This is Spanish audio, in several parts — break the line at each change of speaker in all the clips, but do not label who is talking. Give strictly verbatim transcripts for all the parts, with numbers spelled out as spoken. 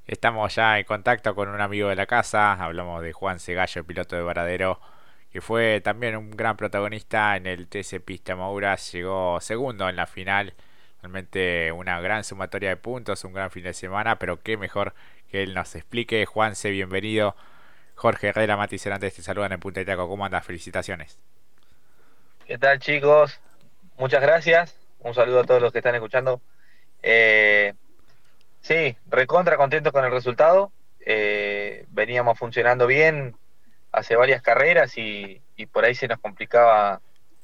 Estamos ya en contacto con un amigo de la casa, hablamos de Juan Segallo, piloto de Varadero, que fue también un gran protagonista en el T C Pista Mouras, llegó segundo en la final, realmente una gran sumatoria de puntos, un gran fin de semana, pero qué mejor que él nos explique. Juanse, bienvenido. Jorge Herrera, Mati Cerantes te saludan en Punta de Taco, ¿cómo andas? Felicitaciones.
¿Qué tal, chicos? Muchas gracias. Un saludo a todos los que están escuchando. Eh, sí, recontra contentos con el resultado. Eh, veníamos funcionando bien hace varias carreras y, y por ahí se nos complicaba,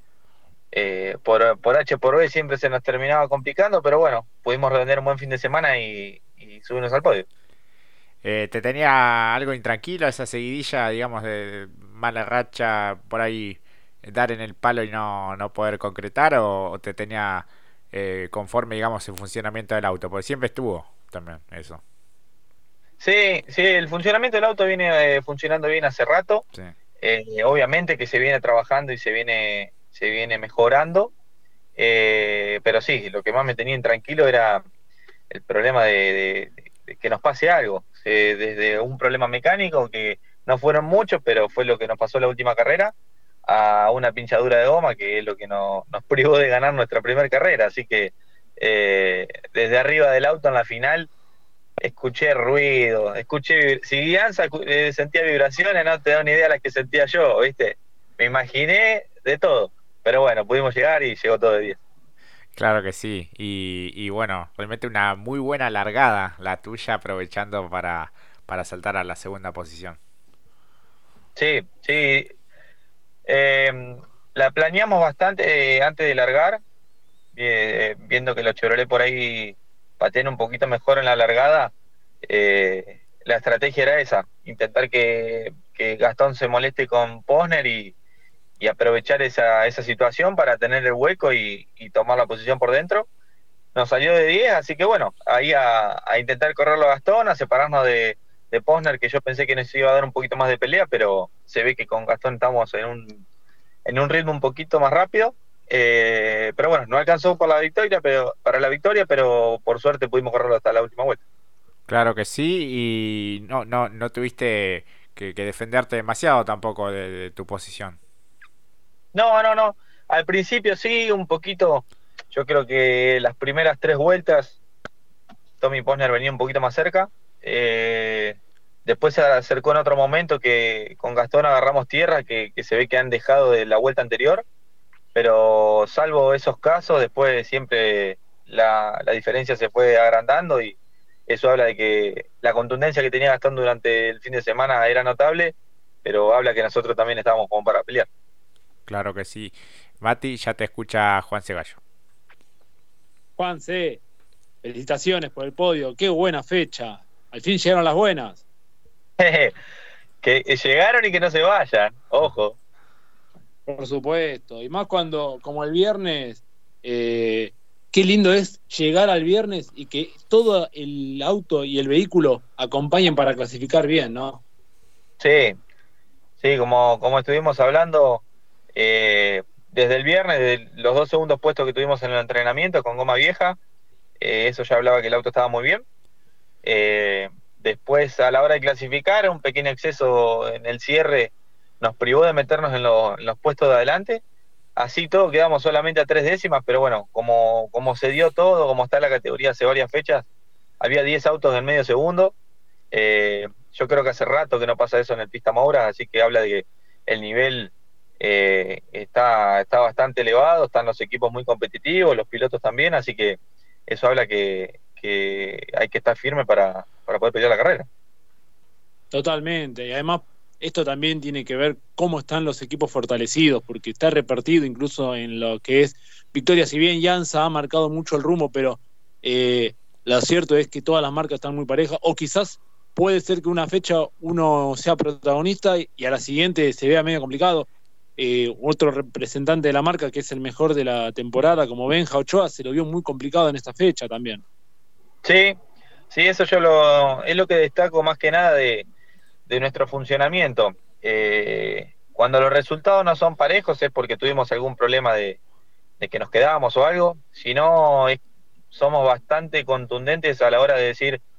eh, por, por H por B siempre se nos terminaba complicando, pero bueno, pudimos revender un buen fin de semana y, y subirnos al podio.
Eh, ¿Te tenía algo intranquilo esa seguidilla, digamos, de mala racha por ahí, dar en el palo y no, no poder concretar? ¿O, o te tenía eh, conforme, digamos, el funcionamiento del auto? Porque siempre estuvo también eso.
Sí, sí, el funcionamiento del auto viene eh, funcionando bien hace rato.
Sí.
Eh, obviamente que se viene trabajando y se viene, se viene mejorando. Eh, pero sí, lo que más me tenía intranquilo era el problema de, de- de que nos pase algo. Eh, desde un problema mecánico, que no fueron muchos, pero fue lo que nos pasó la última carrera, a una pinchadura de goma, que es lo que no- nos privó de ganar nuestra primera carrera. Así que eh, desde arriba del auto en la final escuché ruido, escuché, si Guianza eh, sentía vibraciones, no te da una idea de las que sentía yo, ¿viste? Me imaginé de todo, pero bueno, pudimos llegar y llegó todo de diez.
Claro que sí. Y, y bueno, realmente una muy buena largada la tuya, aprovechando para, para saltar a la segunda posición.
Sí, sí, eh, la planeamos bastante eh, antes de largar, eh, viendo que los Chevrolet por ahí patean un poquito mejor en la largada. eh, la estrategia era esa, intentar que, que Gastón se moleste con Posner y, y aprovechar esa, esa situación para tener el hueco y, y tomar la posición por dentro. Nos salió de diez, así que bueno, ahí a, a intentar correrlo a Gastón, a separarnos de, de Posner, que yo pensé que nos iba a dar un poquito más de pelea, pero se ve que con Gastón estamos en un, en un ritmo un poquito más rápido. Eh, pero bueno, no alcanzó para la victoria, pero para la victoria, pero por suerte pudimos correrlo hasta la última vuelta.
Claro que sí, y no, no, no tuviste que, que defenderte demasiado tampoco de, de tu posición.
No, no, no. Al principio sí, un poquito. Yo creo que las primeras tres vueltas Tommy Posner venía un poquito más cerca. Eh, Después se acercó en otro momento que con Gastón agarramos tierra, que, que se ve que han dejado de la vuelta anterior, pero salvo esos casos, después siempre la, la diferencia se fue agrandando y eso habla de que la contundencia que tenía Gastón durante el fin de semana era notable, pero habla que nosotros también estábamos como para pelear.
Claro que sí. Mati, ya te escucha Juan Ceballos.
Juan C, felicitaciones por el podio, qué buena fecha. Al fin llegaron las buenas.
Que llegaron y que no se vayan, ojo.
Por supuesto. Y más cuando, como el viernes, eh, qué lindo es llegar al viernes y que todo el auto y el vehículo acompañen para clasificar bien, ¿no?
Sí, sí, como, como estuvimos hablando, eh, desde el viernes, de los dos segundos puestos que tuvimos en el entrenamiento con goma vieja, eh, eso ya hablaba que el auto estaba muy bien. Eh, Después, a la hora de clasificar, un pequeño exceso en el cierre nos privó de meternos en, lo- en los puestos de adelante. Así todo, quedamos solamente a tres décimas, pero bueno, como, como se dio todo, como está la categoría hace varias fechas, había diez autos en medio segundo. Eh, yo creo que hace rato que no pasa eso en el Pista Mouras, así que habla de que el nivel eh, está, está bastante elevado, están los equipos muy competitivos, los pilotos también, así que eso habla que, que hay que estar firme para, para poder pelear la carrera.
Totalmente. Y además, esto también tiene que ver cómo están los equipos fortalecidos, porque está repartido incluso en lo que es Victoria. Si bien Jansa ha marcado mucho el rumbo, pero eh, lo cierto es que todas las marcas están muy parejas, o quizás puede ser que una fecha uno sea protagonista y, y a la siguiente se vea medio complicado. Eh, otro representante de la marca, que es el mejor de la temporada, como Benja Ochoa, se lo vio muy complicado en esta fecha también.
Sí, sí, eso yo lo, es lo que destaco más que nada de, de nuestro funcionamiento. Eh, cuando los resultados no son parejos es porque tuvimos algún problema de, de que nos quedamos o algo, si no, es- somos bastante contundentes a la hora de decir,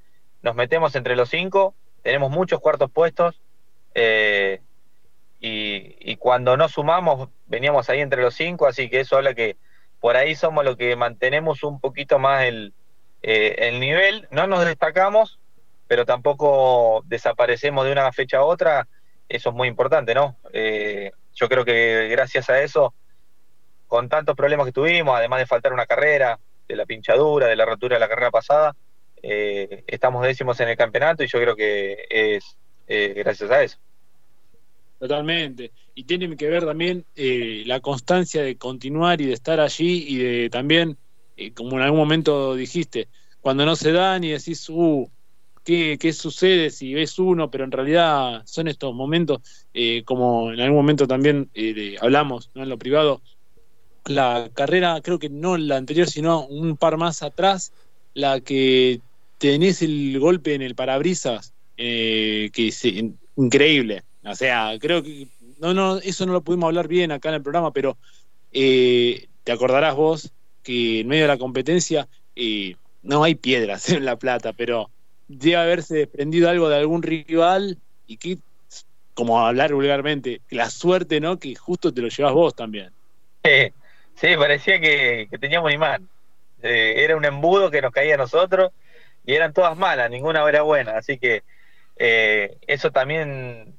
nos metemos entre los cinco, tenemos muchos cuartos puestos, eh, y, y cuando no sumamos veníamos ahí entre los cinco, así que eso habla que por ahí somos los que mantenemos un poquito más el, eh, el nivel, no nos destacamos, pero tampoco desaparecemos de una fecha a otra, eso es muy importante, ¿no? Eh, yo creo que gracias a eso, con tantos problemas que tuvimos, además de faltar una carrera, de la pinchadura, de la rotura de la carrera pasada, eh, estamos décimos en el campeonato y yo creo que es eh, gracias a eso.
Totalmente. Y tiene que ver también eh, la constancia de continuar y de estar allí y de también, eh, como en algún momento dijiste, cuando no se dan y decís, uh, ¿qué, qué sucede si ves uno? Pero en realidad son estos momentos, eh, como en algún momento también eh, de, hablamos, ¿no? En lo privado, la carrera, creo que no la anterior, sino un par más atrás, la que tenés el golpe en el parabrisas, eh, que es eh, increíble. O sea, creo que no, no, eso no lo pudimos hablar bien acá en el programa, pero eh, te acordarás vos que en medio de la competencia eh, no hay piedras en La Plata, pero debe haberse desprendido algo de algún rival y que, como hablar vulgarmente, la suerte, ¿no? Que justo te lo llevas vos también.
Sí, sí, parecía que, que teníamos un imán. Eh, era un embudo que nos caía a nosotros y eran todas malas, ninguna era buena. Así que eh, eso también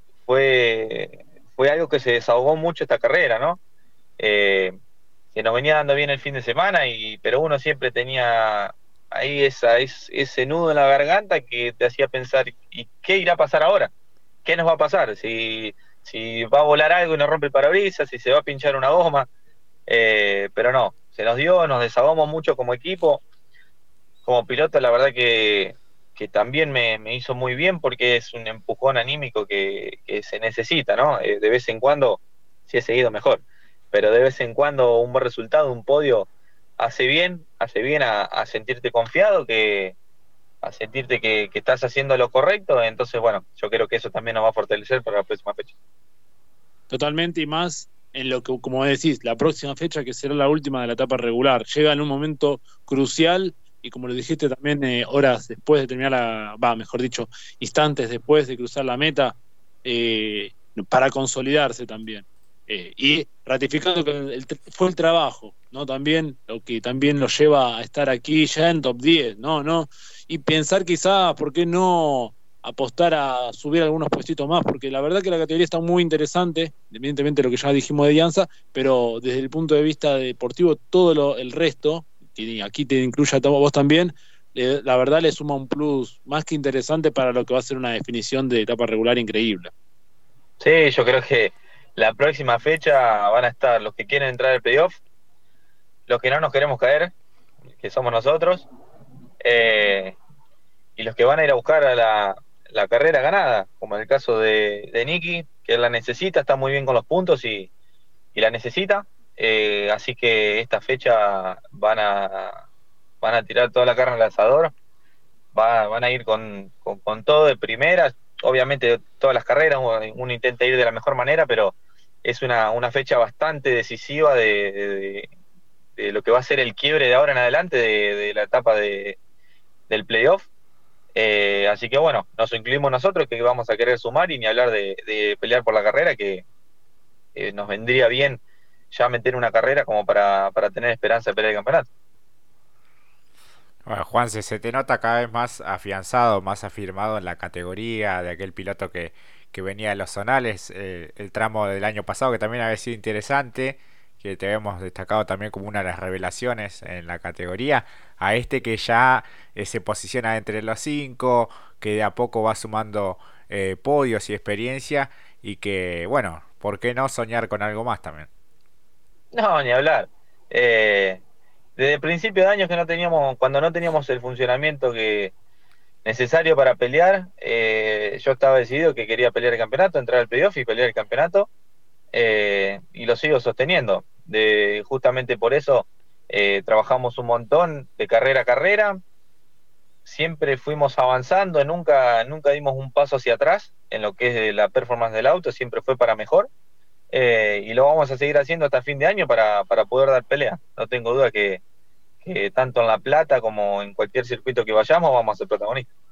fue, fue algo que se desahogó mucho esta carrera, ¿no? Eh, que nos venía dando bien el fin de semana, y pero uno siempre tenía ahí esa, es, ese nudo en la garganta que te hacía pensar, ¿y qué irá a pasar ahora? ¿Qué nos va a pasar? Si, si va a volar algo y nos rompe el parabrisas, si se va a pinchar una goma, eh, pero no, se nos dio, nos desahogamos mucho como equipo, como piloto la verdad que, que también me, me hizo muy bien porque es un empujón anímico que, que se necesita, ¿no? Eh, de vez en cuando, si he seguido mejor, pero de vez en cuando un buen resultado, un podio, hace bien, hace bien a, a sentirte confiado, que a sentirte que, que estás haciendo lo correcto, entonces bueno, yo creo que eso también nos va a fortalecer para la próxima fecha.
Totalmente, y más en lo que, como decís, la próxima fecha que será la última de la etapa regular, llega en un momento crucial y como lo dijiste también, eh, horas después de terminar la, va, mejor dicho, instantes después de cruzar la meta, eh, para consolidarse también. Eh, y ratificando que el, el, fue el trabajo, ¿no? También lo que también lo lleva a estar aquí ya en top diez, ¿no? ¿no? Y pensar quizás, ¿por qué no apostar a subir algunos puestitos más? Porque la verdad que la categoría está muy interesante, evidentemente lo que ya dijimos de Dianza, pero desde el punto de vista deportivo, todo lo, el resto, que aquí te incluye a vos también, le, la verdad le suma un plus más que interesante para lo que va a ser una definición de etapa regular increíble.
Sí, yo creo que la próxima fecha van a estar los que quieren entrar al playoff, los que no nos queremos caer, que somos nosotros, eh, y los que van a ir a buscar a la, la carrera ganada, como en el caso de, de Nicky, que él la necesita, está muy bien con los puntos y, y la necesita, eh, así que esta fecha van a van a tirar toda la carne al asador, va, van a ir con, con, con todo de primera, obviamente todas las carreras uno, uno intenta ir de la mejor manera, pero es una, una fecha bastante decisiva de, de, de lo que va a ser el quiebre de ahora en adelante de, de la etapa de, del playoff. Eh, así que bueno, nos incluimos nosotros que vamos a querer sumar y ni hablar de, de pelear por la carrera, que eh, nos vendría bien ya meter una carrera como para, para tener esperanza de pelear el campeonato.
Bueno, Juanse, se te nota cada vez más afianzado, más afirmado en la categoría de aquel piloto que, que venía de los zonales, eh, el tramo del año pasado que también había sido interesante, que te habíamos destacado también como una de las revelaciones en la categoría, a este que ya eh, se posiciona entre los cinco, que de a poco va sumando eh, podios y experiencia, y que, bueno, ¿por qué no soñar con algo más también?
No, ni hablar. Eh, desde el principio de año que no teníamos, cuando no teníamos el funcionamiento que necesario para pelear, eh, yo estaba decidido que quería pelear el campeonato, entrar al playoff y pelear el campeonato, eh, y lo sigo sosteniendo. De, justamente por eso eh, trabajamos un montón de carrera a carrera, siempre fuimos avanzando, nunca, nunca dimos un paso hacia atrás en lo que es la performance del auto, siempre fue para mejor. Eh, y lo vamos a seguir haciendo hasta fin de año para, para poder dar pelea. No tengo duda que, que tanto en La Plata como en cualquier circuito que vayamos vamos a ser protagonistas.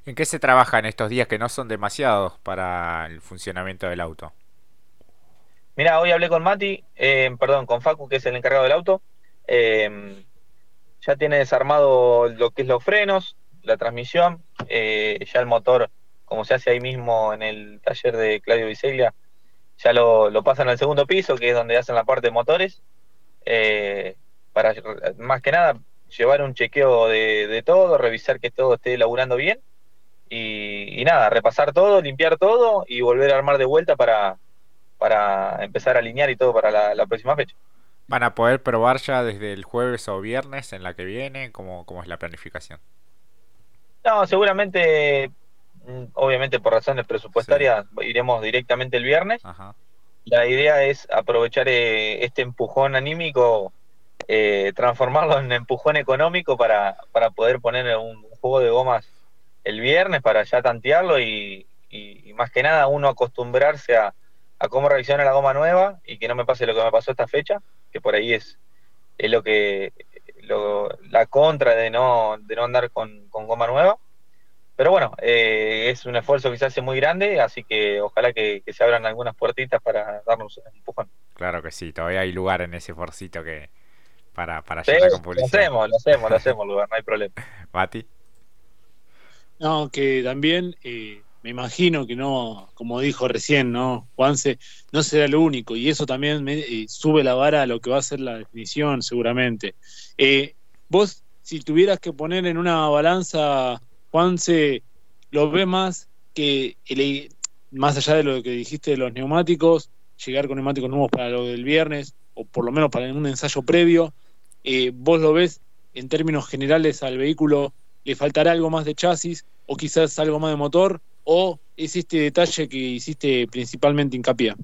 ¿En qué se trabaja en estos días que no son demasiados para el funcionamiento del auto?
Mira, hoy hablé con Mati, eh, perdón, con Facu, que es el encargado del auto. Eh, ya tiene desarmado lo que es los frenos, la transmisión, eh, ya el motor, como se hace ahí mismo en el taller de Claudio Biseglia, ya lo, lo pasan al segundo piso, que es donde hacen la parte de motores, eh, para más que nada llevar un chequeo de, de todo, revisar que todo esté laburando bien y, y nada, repasar todo, limpiar todo y volver a armar de vuelta para, para empezar a alinear y todo para la, la próxima fecha.
¿Van a poder probar ya desde el jueves o viernes en la que viene? ¿Cómo, cómo es la planificación?
No, seguramente, mm, obviamente por razones
Sí,
presupuestarias, iremos directamente el viernes.
ajá.
La idea es aprovechar eh, este empujón anímico, eh, transformarlo en empujón económico para, para poder poner un juego de gomas el viernes para ya tantearlo y, y- y más que nada uno acostumbrarse a, a cómo reacciona la goma nueva y que no me pase lo que me pasó esta fecha, que por ahí es, es lo que lo- la contra de no, de no andar con, con goma nueva. Pero bueno, eh, es un esfuerzo que se hace muy grande, así que ojalá que, que se abran algunas puertitas para darnos un empujón.
Claro que sí, todavía hay lugar en ese forcito que para, para
Sí,
llenar con
lo
publicidad.
hacemos, lo hacemos, lo hacemos, lugar, no hay problema.
Mati,
No, que también eh, me imagino que no, como dijo recién, ¿no? Juanse, no será lo único, y eso también me, eh, sube la vara a lo que va a ser la definición, seguramente. Eh, vos, si tuvieras que poner en una balanza, Juanse, ¿lo ve más que el- más allá de lo que dijiste de los neumáticos, llegar con neumáticos nuevos para lo del viernes, o por lo menos para un ensayo previo? Eh, ¿vos lo ves en términos generales al vehículo? ¿Le faltará algo más de chasis o quizás algo más de motor? ¿O es este detalle que hiciste principalmente hincapié?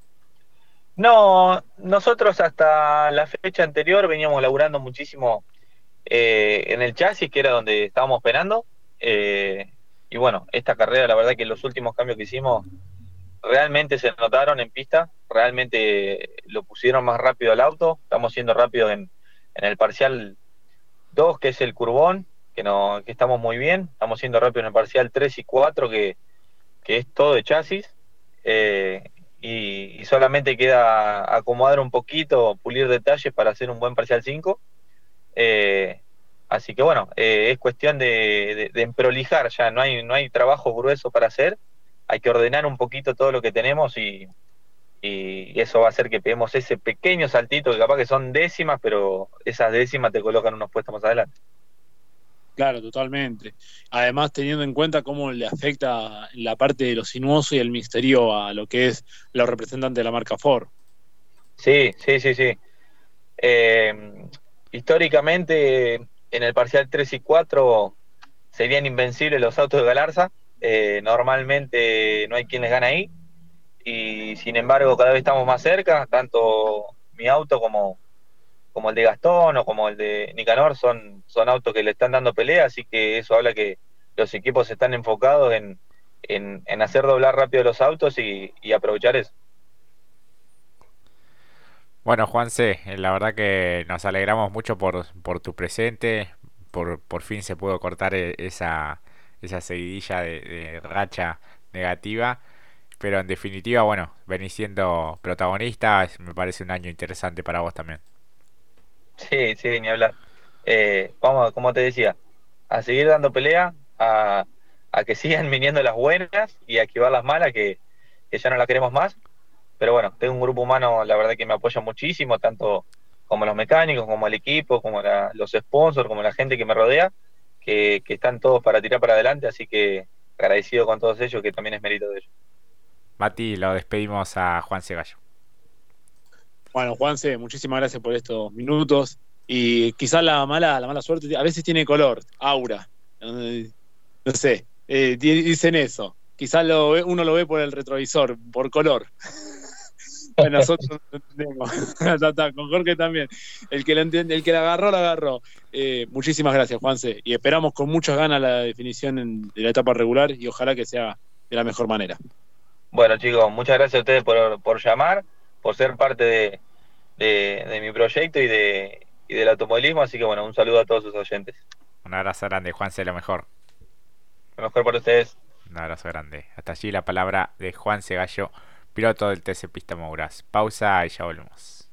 No, nosotros hasta la fecha anterior veníamos laburando muchísimo eh, en el chasis, que era donde estábamos esperando. Eh, y bueno, esta carrera, la verdad que los últimos cambios que hicimos realmente se notaron en pista, realmente lo pusieron más rápido al auto. Estamos siendo rápidos en, en el parcial dos, que es el curbón, que, no, que estamos muy bien. Estamos siendo rápidos en el parcial tres y cuatro, que, que es todo de chasis. Eh, y, y solamente queda acomodar un poquito, pulir detalles para hacer un buen parcial cinco. Eh, así que bueno, eh, es cuestión de, de, de prolijar ya, no hay, no hay trabajo grueso para hacer, hay que ordenar un poquito todo lo que tenemos y, y eso va a hacer que peguemos ese pequeño saltito, que capaz que son décimas, pero esas décimas te colocan unos puestos más adelante.
Claro, totalmente. Además, teniendo en cuenta cómo le afecta la parte de lo sinuoso y el misterio a lo que es los representantes de la marca Ford.
Sí, sí, sí, sí. Eh, históricamente, en el parcial tres y cuatro serían invencibles los autos de Galarza. Eh, normalmente no hay quien les gane ahí. Y sin embargo, cada vez estamos más cerca. Tanto mi auto como, como el de Gastón o como el de Nicanor son, son autos que le están dando pelea. Así que eso habla que los equipos están enfocados en, en, en hacer doblar rápido los autos y, y aprovechar eso.
bueno Juanse, eh, la verdad que nos alegramos mucho por, por tu presente, por, por fin se pudo cortar e- esa, esa seguidilla de, de racha negativa, pero en definitiva, bueno, venís siendo protagonista, es- me parece un año interesante para vos también.
Sí, sí, ni hablar. Eh, vamos, como te decía, a seguir dando pelea, a, a que sigan viniendo las buenas y a esquivar las malas, que, que ya no las queremos más. Pero bueno, tengo un grupo humano, la verdad que me apoya muchísimo, tanto como los mecánicos, como el equipo, como la- los sponsors, como la gente que me rodea, que, que están todos para tirar para adelante, así que agradecido con todos ellos, que también es mérito de ellos.
Mati, lo despedimos a Juan Segallo.
Bueno, Juanse, muchísimas gracias por estos minutos. Y quizás la mala, la mala suerte a veces tiene color, aura. Eh, No sé, eh, di- dicen eso. Quizás lo ve- uno lo ve por el retrovisor, por color. Bueno, nosotros lo entendemos. Ya está, con Jorge también. El que lo entiende, el que la agarró, la agarró. Eh, muchísimas gracias, Juanse. Y esperamos con muchas ganas la definición en- de la etapa regular y ojalá que sea de la mejor manera.
Bueno, chicos, muchas gracias a ustedes por, por llamar, por ser parte de, de, de mi proyecto y, de, y del automovilismo, así que bueno, un saludo a todos sus oyentes.
Un abrazo grande, Juanse, lo mejor.
Lo mejor para ustedes.
Un abrazo grande. Hasta allí la palabra de Juan Segallo, piloto del T C Pista Mouras. Pausa y ya volvemos.